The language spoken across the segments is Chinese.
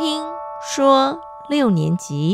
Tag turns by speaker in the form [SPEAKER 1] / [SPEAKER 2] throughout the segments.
[SPEAKER 1] 听说6年级。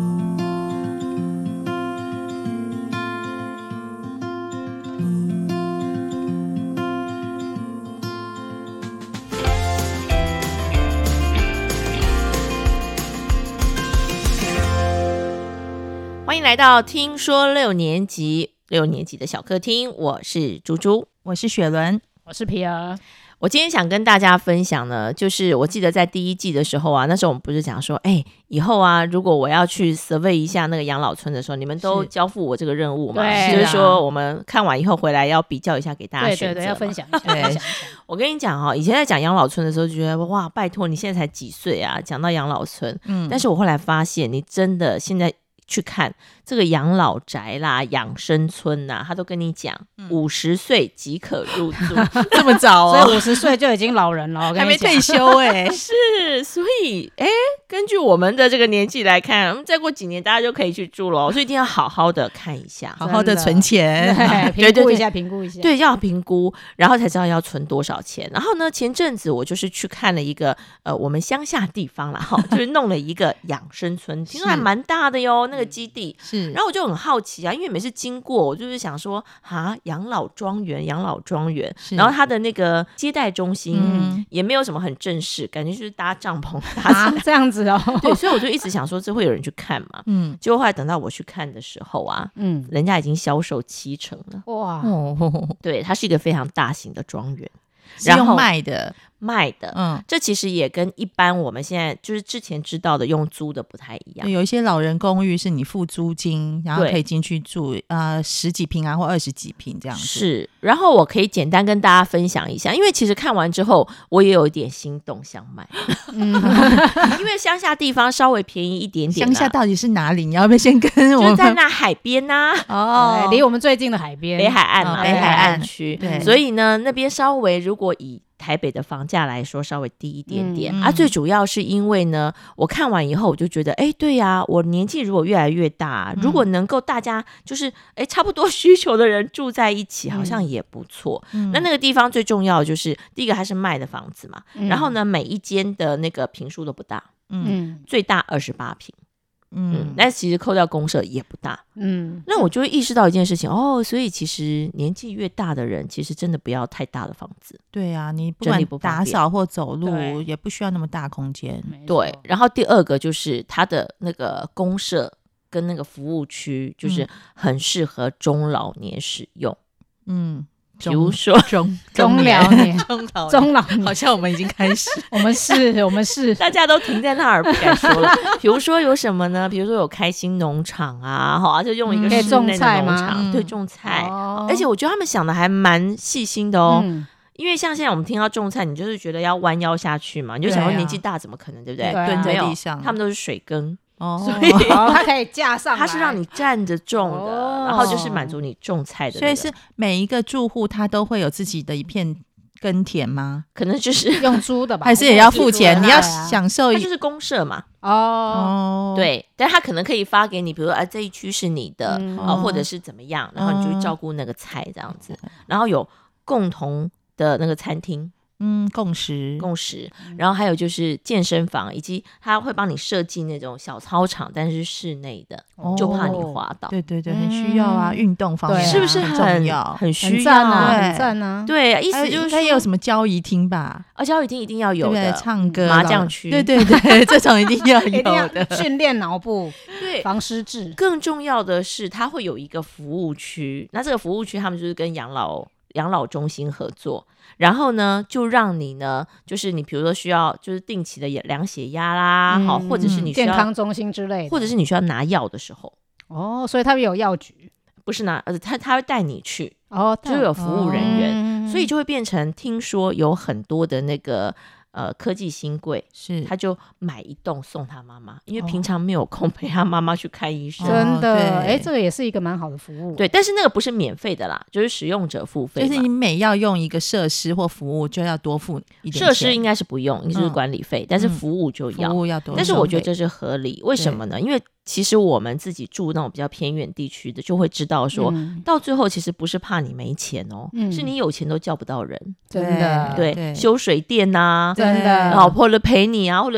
[SPEAKER 1] 欢迎来到听说6年级，6年级的小客厅，我是猪猪，
[SPEAKER 2] 我是雪伦，
[SPEAKER 3] 我是皮儿。
[SPEAKER 1] 我今天想跟大家分享呢，就是我记得在第1季的时候啊，那时候我们不是讲说，以后啊，如果我要去 survey 一下那个养老村的时候，你们都交付我这个任务嘛，就是说我们看完以后回来要比较一下给大家选择，
[SPEAKER 3] 对，要分享一下。
[SPEAKER 1] 我跟你讲以前在讲养老村的时候就觉得哇，拜托你现在才几岁啊，讲到养老村，但是我后来发现你真的现在去看这个养老宅啦、养生村啦，他都跟你讲50岁即可入住，
[SPEAKER 2] 这么早哦，
[SPEAKER 3] 所以50岁就已经老人了，我跟你讲
[SPEAKER 2] 还没退休
[SPEAKER 1] 是，所以根据我们的这个年纪来看，再过几年大家就可以去住了，所以一定要好好的看一下，
[SPEAKER 2] 好好的存钱，
[SPEAKER 3] 评估一下，评估一下，
[SPEAKER 1] 对，要评估，然后才知道要存多少钱。然后呢，前阵子我就是去看了一个我们乡下地方啦，就是弄了一个养生村，听说还蛮大的哟，那个基地是。然后我就很好奇啊，因为每次经过，我就是想说养老庄园，然后他的那个接待中心也没有什么很正式，感觉就是搭帐篷
[SPEAKER 3] 这样子哦。
[SPEAKER 1] 对，所以我就一直想说，这会有人去看嘛？结果后来等到我去看的时候啊，人家已经销售70%了。哇，对，它是一个非常大型的庄园。
[SPEAKER 2] 是用卖的，
[SPEAKER 1] 这其实也跟一般我们现在就是之前知道的用租的不太一样。
[SPEAKER 2] 有一些老人公寓是你付租金，然后可以进去住10几坪啊或20几坪这样子。
[SPEAKER 1] 是，然后我可以简单跟大家分享一下，因为其实看完之后我也有一点心动想买，因为乡下地方稍微便宜一点点。
[SPEAKER 2] 乡下到底是哪里？你要不要先跟我们？
[SPEAKER 1] 就在那海边啊，
[SPEAKER 3] 离我们最近的海边，
[SPEAKER 1] 北海岸嘛，北海岸区。所以呢，那边稍微如果以台北的房价来说稍微低一点点最主要是因为呢，我看完以后我就觉得对呀，我年纪如果越来越大，如果能够大家就是差不多需求的人住在一起，好像也不错。那个地方最重要的就是第一个它是卖的房子嘛，然后呢每一间的那个坪数都不大，最大28坪。但其实扣掉公社也不大。那我就会意识到一件事情所以其实年纪越大的人其实真的不要太大的房子。
[SPEAKER 2] 对啊，你不管打扫或走路也不需要那么大空间。
[SPEAKER 1] 对，然后第二个就是它的那个公社跟那个服务区就是很适合中老年使用。比如说
[SPEAKER 3] 中老年
[SPEAKER 2] 好像我们已经开始
[SPEAKER 3] 我们是
[SPEAKER 1] 大家都停在那儿不敢说了。比如说有什么呢？比如说有开心农场啊，就用一个室内的农场，对，种菜。而且我觉得他们想的还蛮细心的因为像现在我们听到种菜，你就是觉得要弯腰下去嘛，你就想说年纪大怎么可能，对不对？
[SPEAKER 2] 蹲在地上，
[SPEAKER 1] 他们都是水耕。
[SPEAKER 3] 所以它可以架上来，
[SPEAKER 1] 它是让你站着种的，然后就是满足你种菜的所
[SPEAKER 2] 以是每一个住户他都会有自己的一片耕田吗？
[SPEAKER 1] 可能就是
[SPEAKER 3] 用租的吧，
[SPEAKER 2] 还是也要付钱？你要享受，
[SPEAKER 1] 它就是公社嘛。对，但他可能可以发给你，比如说这一区是你的或者是怎么样，然后你就去照顾那个菜这样子，然后有共同的那个餐厅。
[SPEAKER 2] 共识，
[SPEAKER 1] 然后还有就是健身房，以及他会帮你设计那种小操场，但是室内的，就怕你滑倒。
[SPEAKER 2] 对，很需要啊，运动方面
[SPEAKER 1] 是不是
[SPEAKER 2] 很重要？
[SPEAKER 1] 很需
[SPEAKER 3] 要啊，很赞啊。
[SPEAKER 1] 对，意思就是
[SPEAKER 2] 应该也有什么交谊厅吧？
[SPEAKER 1] 交谊厅一定要有的，
[SPEAKER 2] 唱歌、
[SPEAKER 1] 麻将区，
[SPEAKER 2] 对，这种一定要有的，
[SPEAKER 3] 训练脑部，
[SPEAKER 1] 对，
[SPEAKER 3] 防失智。
[SPEAKER 1] 更重要的是，它会有一个服务区，那这个服务区他们就是跟养老中心合作。然后呢，就让你呢，就是你比如说需要就是定期的量血压啦，或者是你需要
[SPEAKER 3] 健康中心之类的，
[SPEAKER 1] 或者是你需要拿药的时候，
[SPEAKER 3] 所以他们有药局，
[SPEAKER 1] 不是拿，他会带你去，就有服务人员，所以就会变成听说有很多的那个科技新贵是他就买一栋送他妈妈，因为平常没有空陪他妈妈去看医生。
[SPEAKER 3] 真的这个也是一个蛮好的服务。
[SPEAKER 1] 对，但是那个不是免费的啦，就是使用者付费嘛，
[SPEAKER 2] 就是你每要用一个设施或服务就要多付一点钱。
[SPEAKER 1] 设施应该是不用，就是管理费，但是服务就要，
[SPEAKER 2] 服务要多。
[SPEAKER 1] 但是我觉得这是合理，为什么呢？因为其实我们自己住那种比较偏远地区的，就会知道说，到最后其实不是怕你没钱是你有钱都叫不到人，
[SPEAKER 3] 真的。
[SPEAKER 1] 对，修水电啊，
[SPEAKER 3] 真的，
[SPEAKER 1] 老婆的陪你啊，或者是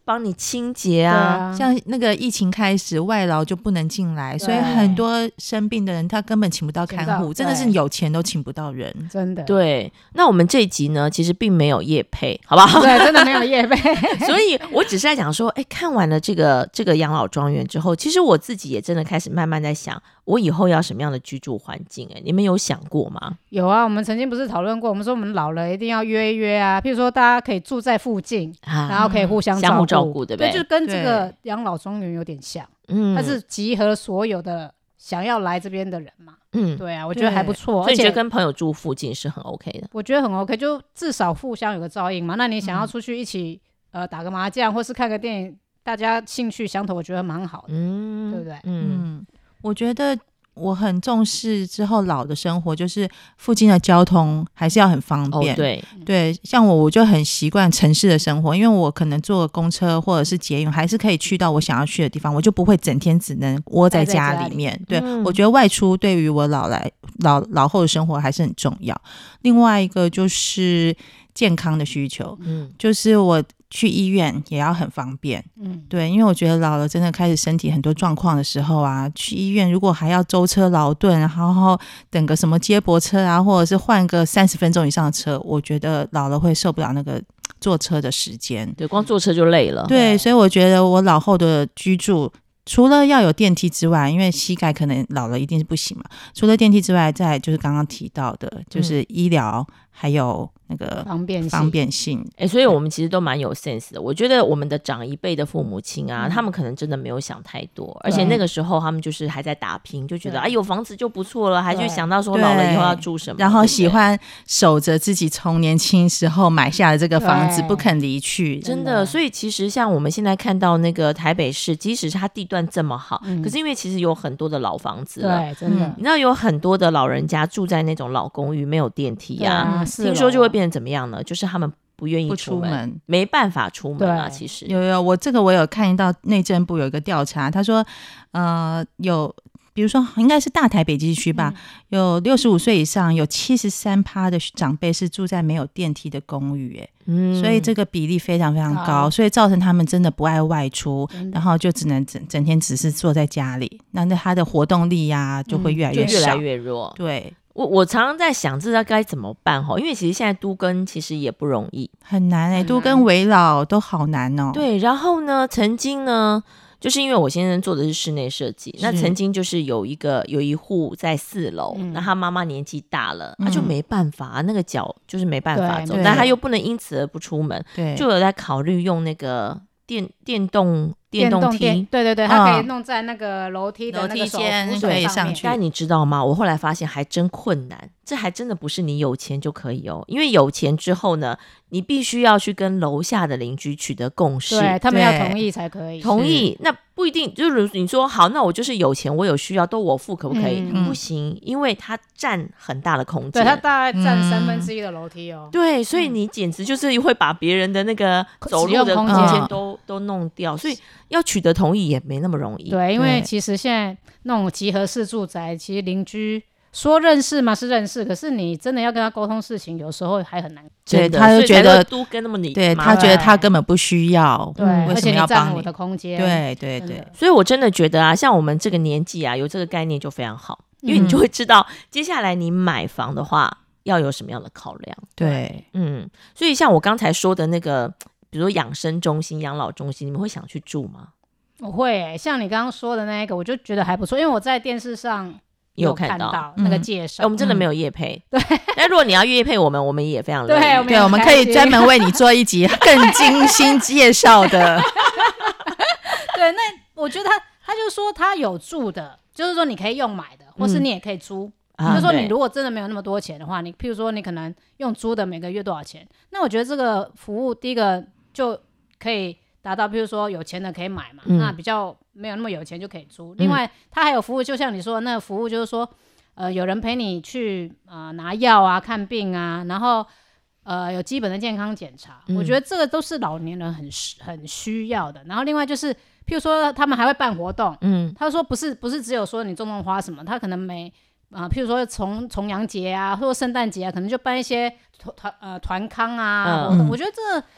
[SPEAKER 1] 帮你清洁啊。
[SPEAKER 2] 像那个疫情开始，外劳就不能进来，所以很多生病的人他根本请不到看护，真的是有钱都请不到人，
[SPEAKER 3] 真的。
[SPEAKER 1] 对，那我们这一集呢，其实并没有业配，好不好？
[SPEAKER 3] 对，真的没有业配。
[SPEAKER 1] 所以我只是在讲说，看完了这个养老庄园之后，其实我自己也真的开始慢慢在想，我以后要什么样的居住环境？你们有想过吗？
[SPEAKER 3] 有啊，我们曾经不是讨论过，我们说我们老了一定要约一约啊，譬如说大家可以住在附近，然后可以互相
[SPEAKER 1] 相互照顾，对不对？
[SPEAKER 3] 对，就跟这个养老庄园有点像，它是集合所有的想要来这边的人嘛。对啊，我觉得还不错。
[SPEAKER 1] 所以你觉得跟朋友住附近是很 OK 的？
[SPEAKER 3] 我觉得很 OK， 就至少互相有个照应嘛。那你想要出去一起打个麻将，或是看个电影，大家兴趣相投，我觉得蛮好的，对不对？
[SPEAKER 2] 我觉得我很重视之后老的生活，就是附近的交通还是要很方便。对，像我就很习惯城市的生活，因为我可能坐公车或者是捷运，还是可以去到我想要去的地方，我就不会整天只能窝在家里面。对，我觉得外出对于我老后的生活还是很重要。另外一个就是健康的需求，就是我去医院也要很方便，对，因为我觉得老了真的开始身体很多状况的时候啊，去医院如果还要舟车劳顿，然后等个什么接驳车啊，或者是换个30分钟以上的车，我觉得老了会受不了那个坐车的时间，
[SPEAKER 1] 对，光坐车就累了。
[SPEAKER 2] 对，所以我觉得我老后的居住除了要有电梯之外，因为膝盖可能老了一定是不行嘛，除了电梯之外，再来就是刚刚提到的就是医疗，还有那个方便性。
[SPEAKER 1] 所以我们其实都蛮有 sense 的。我觉得我们的长一辈的父母亲啊，他们可能真的没有想太多，而且那个时候他们就是还在打拼，就觉得有房子就不错了，还去想到说老了以后要住什么，
[SPEAKER 2] 然后喜欢守着自己从年轻时候买下的这个房子不肯离去，
[SPEAKER 1] 真的。所以其实像我们现在看到那个台北市，即使是它地段这么好，可是因为其实有很多的老房子了，
[SPEAKER 3] 对，真的。
[SPEAKER 1] 你知道有很多的老人家住在那种老公寓，没有电梯啊，听说就会变成怎么样呢？就是他们不愿意出门，没办法出门啊。其实
[SPEAKER 2] 有我有看到内政部有一个调查，他说有比如说应该是大台北地区吧，有65岁以上有73%的长辈是住在没有电梯的公寓，所以这个比例非常非常高，所以造成他们真的不爱外出，然后就只能整天只是坐在家里，那他的活动力啊就会越来越少，
[SPEAKER 1] 就越来越弱。
[SPEAKER 2] 对，
[SPEAKER 1] 我常常在想这该怎么办，因为其实现在都更其实也不容易，
[SPEAKER 2] 很难都更危老都好难哦。
[SPEAKER 1] 对，然后呢曾经呢就是因为我先生做的是室内设计，那曾经就是有一户在4楼，那他妈妈年纪大了，他就没办法，那个脚就是没办法走，但他又不能因此而不出门，就有在考虑用那个电动梯，
[SPEAKER 3] 对，它可以弄在那个楼梯的那个手扶手上去。
[SPEAKER 1] 但你知道吗？我后来发现还真困难，这还真的不是你有钱就可以因为有钱之后呢，你必须要去跟楼下的邻居取得共识，
[SPEAKER 3] 对，他们要同意才可以。
[SPEAKER 1] 同意那不一定，就是你说好，那我就是有钱，我有需要都我付，可不可以？不行，因为它占很大的空间，
[SPEAKER 3] 对，它大概占1/3的楼梯
[SPEAKER 1] 对，所以你简直就是会把别人的那个走路的空间都弄掉，所以要取得同意也没那么容易。
[SPEAKER 3] 对，因为其实现在那种集合式住宅，其实邻居说认识嘛是认识，可是你真的要跟他沟通事情，有时候还很难。
[SPEAKER 2] 对，他就觉得
[SPEAKER 1] 都跟那么你，
[SPEAKER 2] 对，他觉得他根本不需要，
[SPEAKER 3] 对，而且你占我的空间，
[SPEAKER 2] 对。
[SPEAKER 1] 所以我真的觉得啊，像我们这个年纪啊，有这个概念就非常好，因为你就会知道接下来你买房的话要有什么样的考量。
[SPEAKER 2] 对，
[SPEAKER 1] 所以像我刚才说的那个，比如说养生中心、养老中心，你们会想去住吗？
[SPEAKER 3] 我会像你刚刚说的那个，我就觉得还不错，因为我在电视上有看到那个介绍。
[SPEAKER 1] 我们真的没有业配，对。但如果你要业配我们也非常乐意。
[SPEAKER 2] 对，我们可以专门为你做一集更精心介绍的。
[SPEAKER 3] 对，那我觉得他就说他有住的，就是说你可以用买的，或是你也可以租。就是说你如果真的没有那么多钱的话，你譬如说你可能用租的每个月多少钱，那我觉得这个服务第一个就可以达到，譬如说有钱的可以买嘛，那比较没有那么有钱就可以租。另外它还有服务，就像你说的那个服务，就是说有人陪你去拿药啊、看病啊，然后有基本的健康检查，我觉得这个都是老年人很需要的。然后另外就是譬如说他们还会办活动，他说不是只有说你种花什么，他可能譬如说重阳节啊或者圣诞节啊，可能就办一些团康啊活动。我觉得这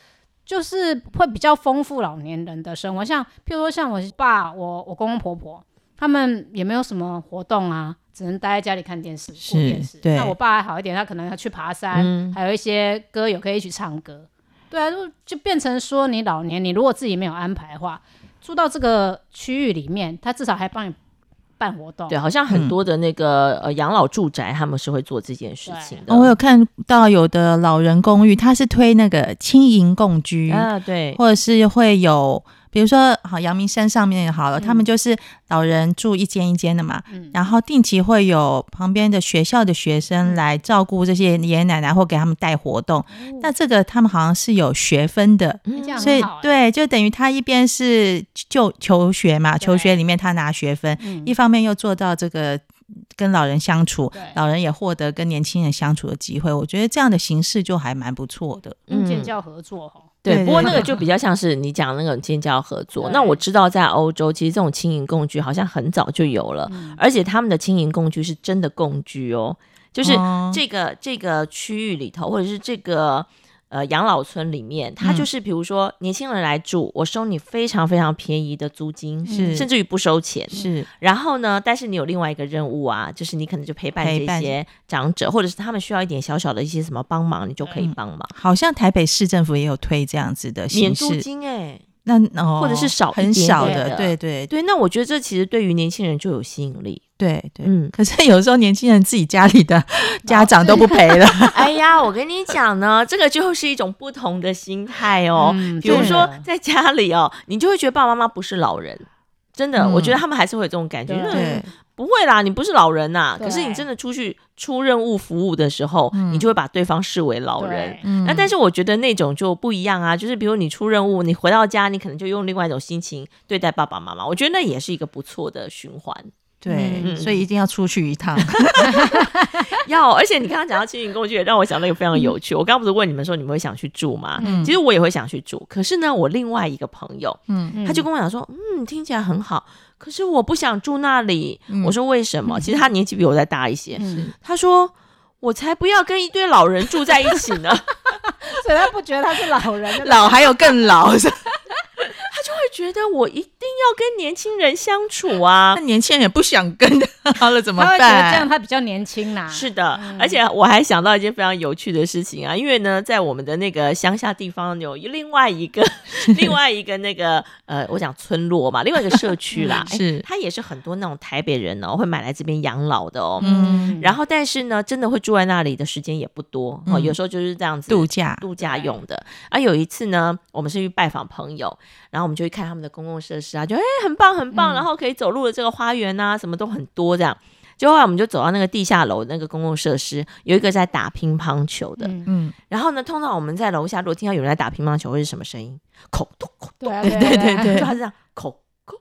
[SPEAKER 3] 就是会比较丰富老年人的生活，像譬如说像我爸、我公公婆婆，他们也没有什么活动啊，只能待在家里看电视、顾电视。那我爸还好一点，他可能要去爬山，还有一些歌友可以一起唱歌。对啊，就变成说你老年，你如果自己没有安排的话，住到这个区域里面，他至少还帮你办活动。
[SPEAKER 1] 对，好像很多的那个养老住宅他们是会做这件事情的。
[SPEAKER 2] 我有看到有的老人公寓他是推那个轻盈共居
[SPEAKER 1] 啊，对，
[SPEAKER 2] 或者是会有比如说好阳明山上面好了，他们就是老人住一间一间的嘛，然后定期会有旁边的学校的学生来照顾这些爷爷奶奶或给他们带活动，那这个他们好像是有学分的，所以对，就等于他一边是求学嘛，求学里面他拿学分，一方面又做到这个跟老人相处，老人也获得跟年轻人相处的机会，我觉得这样的形式就还蛮不错的。
[SPEAKER 3] 建教合作
[SPEAKER 1] 对，不过那个就比较像是你讲那个建教合作。那我知道在欧洲其实这种轻盈共居好像很早就有了，而且他们的轻盈共居是真的共居哦，就是这个区域里头或者是这个养老村里面，它就是比如说年轻人来住，我收你非常非常便宜的租金，甚至于不收钱，
[SPEAKER 2] 是。
[SPEAKER 1] 然后呢，但是你有另外一个任务啊，就是你可能就陪伴这些长者，或者是他们需要一点小小的一些什么帮忙，你就可以帮忙。
[SPEAKER 2] 好像台北市政府也有推这样子的形式，
[SPEAKER 1] 免租金
[SPEAKER 2] 那
[SPEAKER 1] 或者是少
[SPEAKER 2] 很少的，对对
[SPEAKER 1] 对。那我觉得这其实对于年轻人就有吸引力。
[SPEAKER 2] 对对，可是有时候年轻人自己家里的家长都不陪了。
[SPEAKER 1] 哎呀，我跟你讲呢，这个就是一种不同的心态哦。比如说在家里哦，你就会觉得爸爸妈妈不是老人，真的，我觉得他们还是会有这种感觉。
[SPEAKER 2] 对，
[SPEAKER 1] 不会啦，你不是老人呐，可是你真的出去出任务服务的时候，你就会把对方视为老人。那但是我觉得那种就不一样啊，就是比如你出任务，你回到家，你可能就用另外一种心情对待爸爸妈妈，我觉得那也是一个不错的循环。
[SPEAKER 2] 对，所以一定要出去一趟。
[SPEAKER 1] 而且你刚刚讲到轻盈共居，也让我想到一个非常有趣。我刚刚不是问你们说你们会想去住吗？其实我也会想去住，可是呢，我另外一个朋友，他就跟我讲说，听起来很好，可是我不想住那里。我说为什么？其实他年纪比我再大一些。他说我才不要跟一堆老人住在一起呢。
[SPEAKER 3] 所以他不觉得他是老人，
[SPEAKER 2] 老还有更老。
[SPEAKER 1] 他就会觉得我一定要跟年轻人相处啊，
[SPEAKER 2] 那年轻人也不想跟他了怎么办？
[SPEAKER 3] 他会觉得这样他比较年轻啦。
[SPEAKER 1] 是的，而且我还想到一件非常有趣的事情啊，因为呢，在我们的那个乡下地方有另外一个那个我讲村落嘛，另外一个社区啦，
[SPEAKER 2] 是
[SPEAKER 1] 它也是很多那种台北人哦会买来这边养老的哦，然后但是呢，真的会住在那里的时间也不多哦，有时候就是这样子度假用的。有一次呢，我们是去拜访朋友，然后我们就会看他们的公共设施啊，就很棒很棒，然后可以走路的这个花园啊，什么都很多这样。就后来我们就走到那个地下楼那个公共设施，有一个在打乒乓球的，然后呢，通常我们在楼下如果听到有人在打乒乓球会是什么声音？口咚口咚，对，就他是这样口口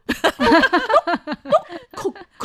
[SPEAKER 1] 口口，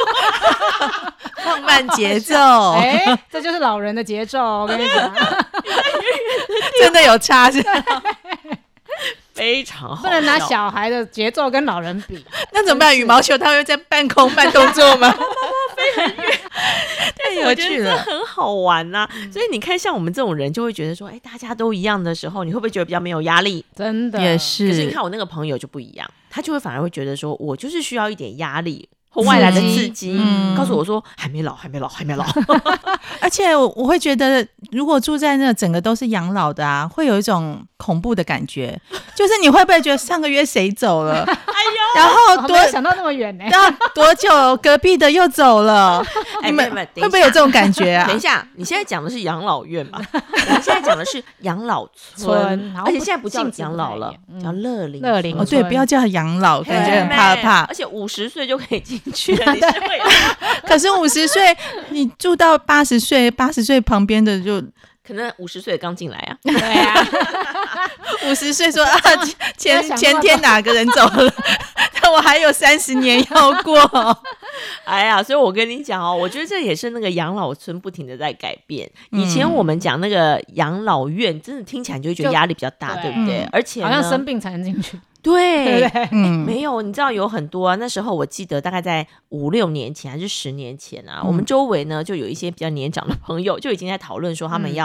[SPEAKER 2] 放慢节奏，
[SPEAKER 3] 这就是老人的节奏，我跟你讲，
[SPEAKER 2] 真的有差是。
[SPEAKER 1] 非常好，
[SPEAKER 3] 不能拿小孩的节奏跟老人比。
[SPEAKER 2] 那怎么办？羽毛球他会在半空慢动作吗？
[SPEAKER 1] 飞很远，但是我觉得很好玩啊。所以你看，像我们这种人就会觉得说，大家都一样的时候，你会不会觉得比较没有压力？
[SPEAKER 3] 真的
[SPEAKER 2] 也是。
[SPEAKER 1] 可是你看我那个朋友就不一样，他就会反而会觉得说，我就是需要一点压力或外来的刺激，告诉我说还没老。
[SPEAKER 2] 而且我会觉得，如果住在那整个都是养老的啊，会有一种恐怖的感觉，就是你会不会觉得上个月谁走了？然后
[SPEAKER 3] 没有想到那么远呢。
[SPEAKER 2] 多久隔壁的又走了？你们会不会有这种感觉啊？
[SPEAKER 1] 等一下，你现在讲的是养老院吧？我们现在讲的是养老村，而且现在不叫养老了，叫乐龄。
[SPEAKER 2] 对，不要叫养老，感觉很怕。
[SPEAKER 1] 而且50岁就可以进去了，你是会。
[SPEAKER 2] 可是50岁，你住到80岁，80岁旁边的就
[SPEAKER 1] 可能50岁刚进来啊。
[SPEAKER 3] 对啊
[SPEAKER 2] ，50岁说啊，前天哪个人走了，但我还有30年要过。
[SPEAKER 1] 哎呀，所以我跟你讲哦，我觉得这也是那个养老村不停的在改变。以前我们讲那个养老院，真的听起来就会觉得压力比较大，对不对？而且
[SPEAKER 3] 好像生病才能进去。
[SPEAKER 1] 对，没有，你知道有很多啊。那时候我记得大概在5-6年前还是10年前啊，我们周围呢就有一些比较年长的朋友就已经在讨论说他们要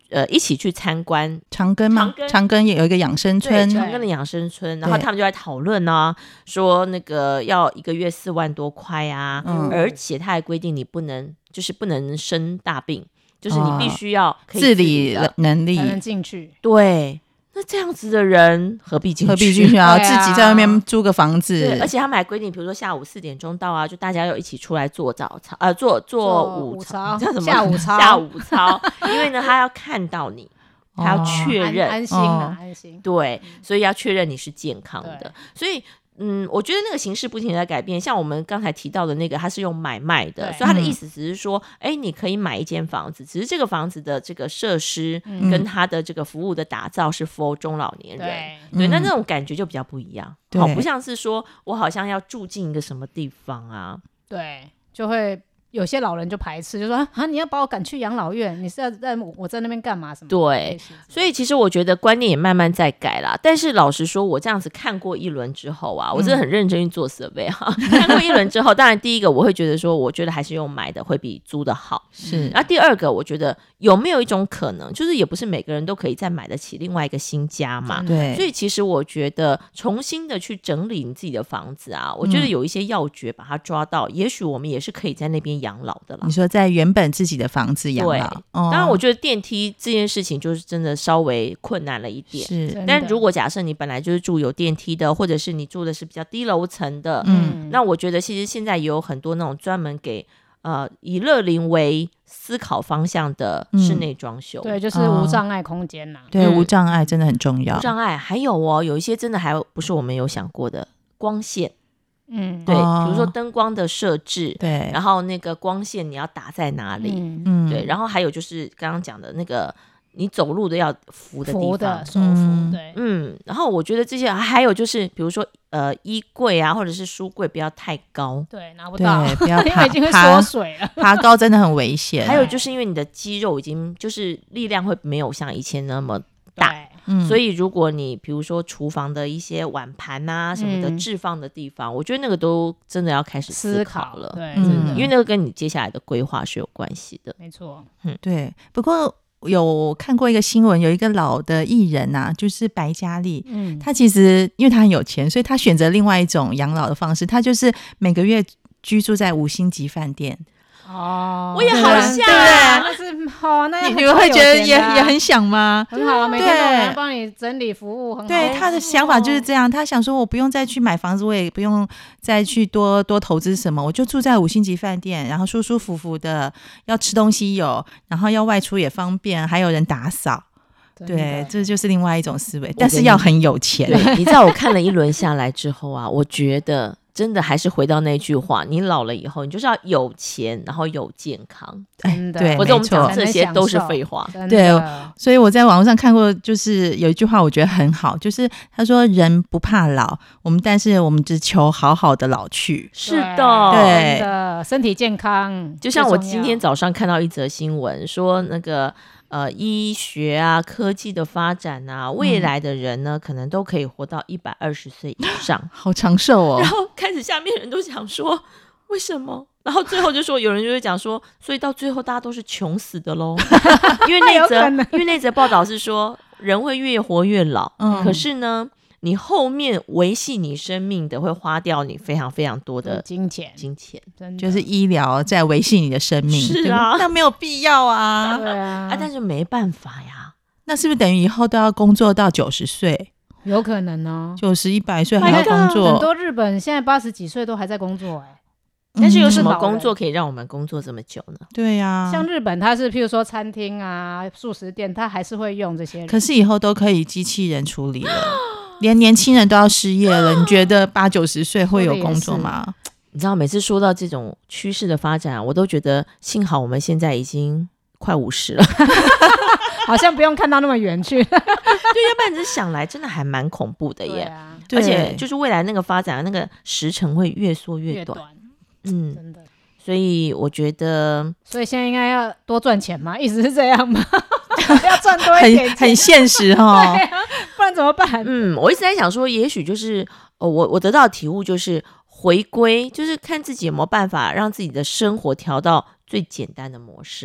[SPEAKER 1] 一起去参观
[SPEAKER 2] 长庚吗？长庚也有一个养生村，
[SPEAKER 1] 长庚的养生村，然后他们就在讨论啊，说那个要1个月4万多块啊，而且他还规定你不能生大病，就是你必须要可以
[SPEAKER 2] 自理能力
[SPEAKER 3] 才能进去。
[SPEAKER 1] 对。那这样子的人何必进
[SPEAKER 2] 去啊？自己在外面租个房子。
[SPEAKER 1] 对，而且他们还规定，比如说下午4点钟到啊，就大家要一起出来做早操，做午操，叫什么？下午操。因为呢，他要看到你，他要确认
[SPEAKER 3] 安心。
[SPEAKER 1] 对，所以要确认你是健康的，所以。我觉得那个形式不停地在改变，像我们刚才提到的那个，它是用买卖的，所以它的意思只是说，你可以买一间房子，只是这个房子的这个设施跟它的这个服务的打造是 for 中老年人，对，那种感觉就比较不一样，好，不像是说我好像要住进一个什么地方啊，
[SPEAKER 3] 对，就会。有些老人就排斥，就说你要把我赶去养老院，你是要我在那边干嘛什么？
[SPEAKER 1] 对，所以其实我觉得观念也慢慢在改啦。但是老实说，我这样子看过一轮之后啊，我真的很认真去做 survey 看过一轮之后，当然第一个我会觉得说，我觉得还是用买的会比租的好。
[SPEAKER 2] 是。
[SPEAKER 1] 然后第二个，我觉得有没有一种可能，就是也不是每个人都可以再买得起另外一个新家嘛？
[SPEAKER 2] 对。
[SPEAKER 1] 所以其实我觉得重新的去整理你自己的房子啊，我觉得有一些要诀把它抓到，也许我们也是可以在那边养老的啦。
[SPEAKER 2] 你说在原本自己的房子养老，
[SPEAKER 1] 当然我觉得电梯这件事情就是真的稍微困难了一点，
[SPEAKER 2] 是。
[SPEAKER 1] 但如果假设你本来就是住有电梯的，或者是你住的是比较低楼层的，那我觉得其实现在也有很多那种专门给以乐龄为思考方向的室内装修，
[SPEAKER 3] 对，就是无障碍空间呐，
[SPEAKER 2] 对，无障碍真的很重要。
[SPEAKER 1] 无障碍还有有一些真的还不是我们有想过的光线。对，比如说灯光的设置，
[SPEAKER 2] 对，
[SPEAKER 1] 然后那个光线你要打在哪里，对，然后还有就是刚刚讲的那个你走路的要扶的地方，
[SPEAKER 3] 手扶，对，
[SPEAKER 1] 然后我觉得这些还有就是比如说衣柜啊或者是书柜不要太高，
[SPEAKER 3] 对，拿不到，
[SPEAKER 2] 不要
[SPEAKER 3] 因为已经会缩水了，
[SPEAKER 2] 爬高真的很危险。
[SPEAKER 1] 还有就是因为你的肌肉已经就是力量会没有像以前那么大。所以如果你比如说厨房的一些碗盘啊什么的置放的地方，我觉得那个都真的要开始思考了，
[SPEAKER 3] 对，
[SPEAKER 1] 因为那个跟你接下来的规划是有关系的，
[SPEAKER 3] 没错，
[SPEAKER 2] 对。不过有看过一个新闻，有一个老的艺人啊，就是白嘉莉，他其实因为他很有钱，所以他选择另外一种养老的方式，他就是每个月居住在5星级饭店。
[SPEAKER 1] 我也好像，
[SPEAKER 3] 那
[SPEAKER 2] 你们会觉得也很想吗？
[SPEAKER 3] 很好，每天都有人帮你整理服务，很好。
[SPEAKER 2] 对，他的想法就是这样，他想说我不用再去买房子，我也不用再去多投资什么，我就住在5星级饭店，然后舒舒服服的，要吃东西有，然后要外出也方便，还有人打扫。对，这就是另外一种思维，但是要很有钱。
[SPEAKER 1] 对，你知道我看了一轮下来之后啊，我觉得真的还是回到那句话，你老了以后你就是要有钱然后有健康。
[SPEAKER 2] 对，
[SPEAKER 1] 或者我们讲这些都是废话。
[SPEAKER 2] 对，所以我在网络上看过，就是有一句话我觉得很好，就是他说人不怕老，但是我们只求好好的老去。
[SPEAKER 1] 是的，
[SPEAKER 2] 对
[SPEAKER 3] 的，身体健康。
[SPEAKER 1] 就像我今天早上看到一则新闻说那个医学啊科技的发展啊，未来的人呢可能都可以活到120岁以上，
[SPEAKER 2] 好长寿哦。
[SPEAKER 1] 然后开始下面人都想说为什么，然后最后就说有人就会讲说，所以到最后大家都是穷死的咯因为那则报道是说人会越活越老，可是呢你后面维系你生命的会花掉你非常非常多的金钱，
[SPEAKER 2] 就是医疗在维系你的生命。
[SPEAKER 1] 是啊，
[SPEAKER 2] 那没有必要啊。
[SPEAKER 3] 对啊，
[SPEAKER 1] 但是没办法呀。
[SPEAKER 2] 那是不是等于以后都要工作到90岁？
[SPEAKER 3] 有可能哦
[SPEAKER 2] ，90、100岁还要工作。
[SPEAKER 3] 很多日本现在80几岁都还在工作
[SPEAKER 1] 但是有什么工作可以让我们工作这么久呢？
[SPEAKER 2] 对呀，
[SPEAKER 3] 像日本它是譬如说餐厅啊素食店，它还是会用这些人，
[SPEAKER 2] 可是以后都可以机器人处理了连年轻人都要失业了，你觉得80、90岁会有工作吗？
[SPEAKER 1] 你知道每次说到这种趋势的发展我都觉得幸好我们现在已经快50了
[SPEAKER 3] 好像不用看到那么远去对，要
[SPEAKER 1] 不然只想来真的还蛮恐怖的耶。而且就是未来那个发展那个时程会越缩越短
[SPEAKER 3] 真的。
[SPEAKER 1] 所以我觉得，
[SPEAKER 3] 所以现在应该要多赚钱吗？意思是这样吗？要赚多一点钱
[SPEAKER 2] 很现实对
[SPEAKER 3] 不然怎么办？
[SPEAKER 1] 我一直在想说，也许就是我得到的体悟就是回归，就是看自己有没有办法让自己的生活调到最简单的模式啦。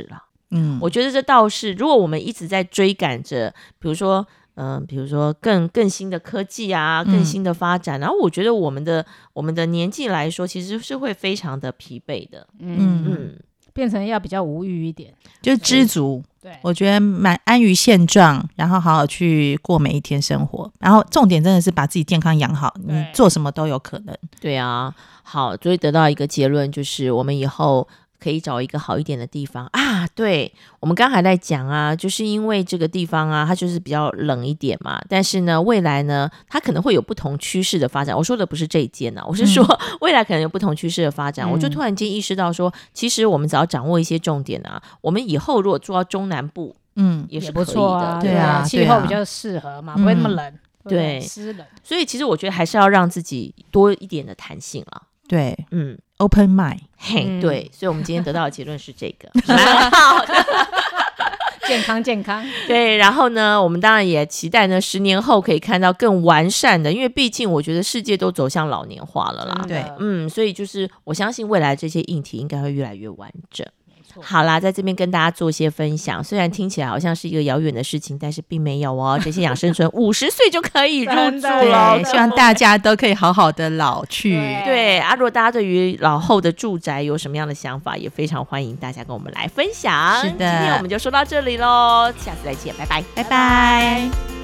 [SPEAKER 1] 我觉得这倒是，如果我们一直在追赶着，比如说更新的科技啊，更新的发展，然后我觉得我们的年纪来说，其实是会非常的疲惫的，
[SPEAKER 3] 变成要比较无欲一点，
[SPEAKER 2] 就知足。
[SPEAKER 3] 对，
[SPEAKER 2] 我觉得蛮安于现状，然后好好去过每一天生活，然后重点真的是把自己健康养好，你做什么都有可能。
[SPEAKER 1] 对啊，好，所以得到一个结论就是我们以后可以找一个好一点的地方啊。对，我们刚才在讲啊，就是因为这个地方啊，它就是比较冷一点嘛，但是呢，未来呢，它可能会有不同趋势的发展。我说的不是这一间啊，我是说未来可能有不同趋势的发展。我就突然间意识到说，其实我们只要掌握一些重点啊，我们以后如果做到中南部，也是可以的。
[SPEAKER 3] 不错啊，对啊，气候比较适合嘛，不会那么冷，对，湿冷。所
[SPEAKER 1] 以其实我觉得还是要让自己多一点的弹性了。
[SPEAKER 2] 对，open mind，
[SPEAKER 1] 嘿，对，所以我们今天得到的结论是这个，蛮好的，
[SPEAKER 3] 健康，
[SPEAKER 1] 对。然后呢，我们当然也期待呢，10年后可以看到更完善的，因为毕竟我觉得世界都走向老年化了啦，
[SPEAKER 2] 对，
[SPEAKER 1] 所以就是我相信未来这些硬体应该会越来越完整。好啦，在这边跟大家做一些分享，虽然听起来好像是一个遥远的事情，但是并没有哦。这些养生醇50岁就可以入住了，
[SPEAKER 2] 希望大家都可以好好的老去。
[SPEAKER 1] 对啊，如果大家对于老后的住宅有什么样的想法，也非常欢迎大家跟我们来分享。
[SPEAKER 2] 是的，
[SPEAKER 1] 今天我们就说到这里咯，下次再见，拜拜，
[SPEAKER 2] 拜拜。